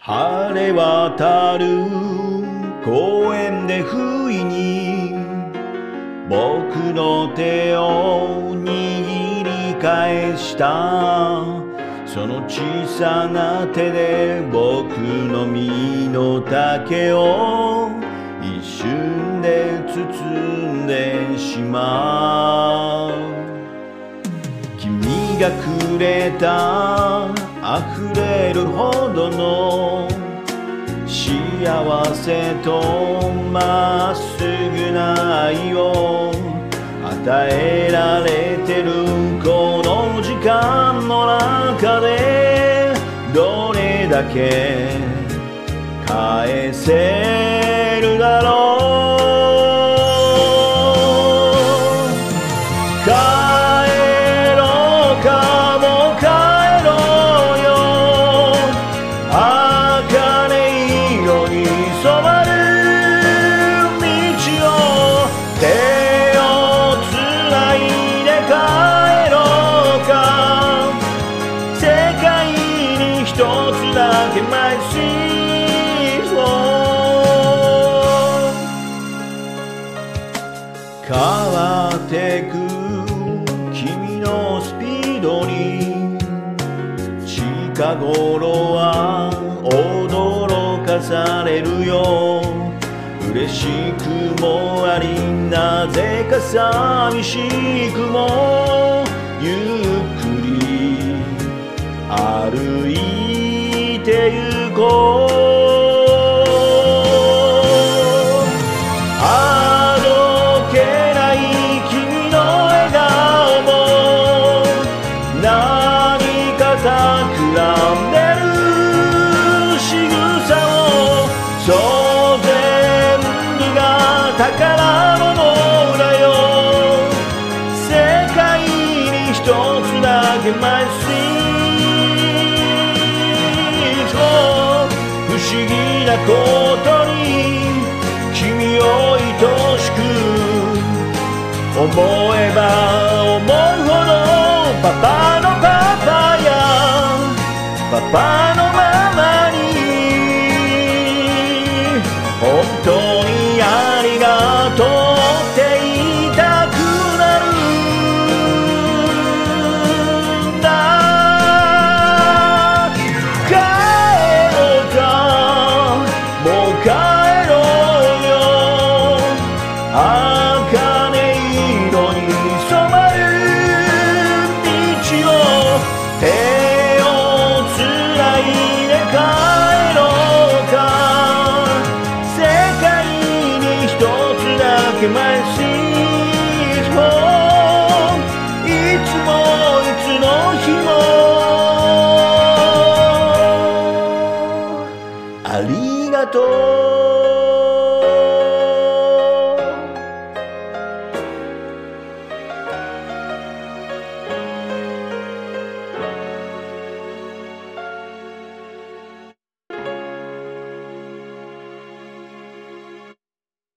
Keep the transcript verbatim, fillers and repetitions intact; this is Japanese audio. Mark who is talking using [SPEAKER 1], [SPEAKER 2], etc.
[SPEAKER 1] 晴れ渡る公園で不意に僕の手を握り返した。その小さな手で僕の身の丈を一瞬で包んでしまう。君がくれた溢れるほどの幸せとまっすぐな愛を与えられてるこの時間の中でどれだけ返せるだろう。帰ろうかもう帰ろうよ。茜色に染まる道を手をつないで帰ろうか。世界に一つだけマイシーを変わってく君のスピードに近頃は驚かされるよ。嬉しくもありなぜか寂しくもゆっくり歩いてゆこう。あどけない君の笑顔も何か企んでる仕草をそう全部が宝物だよ。世界に一つだけマイスイート不思議なことに君を愛しく思えば思うほどパパのパパやパパ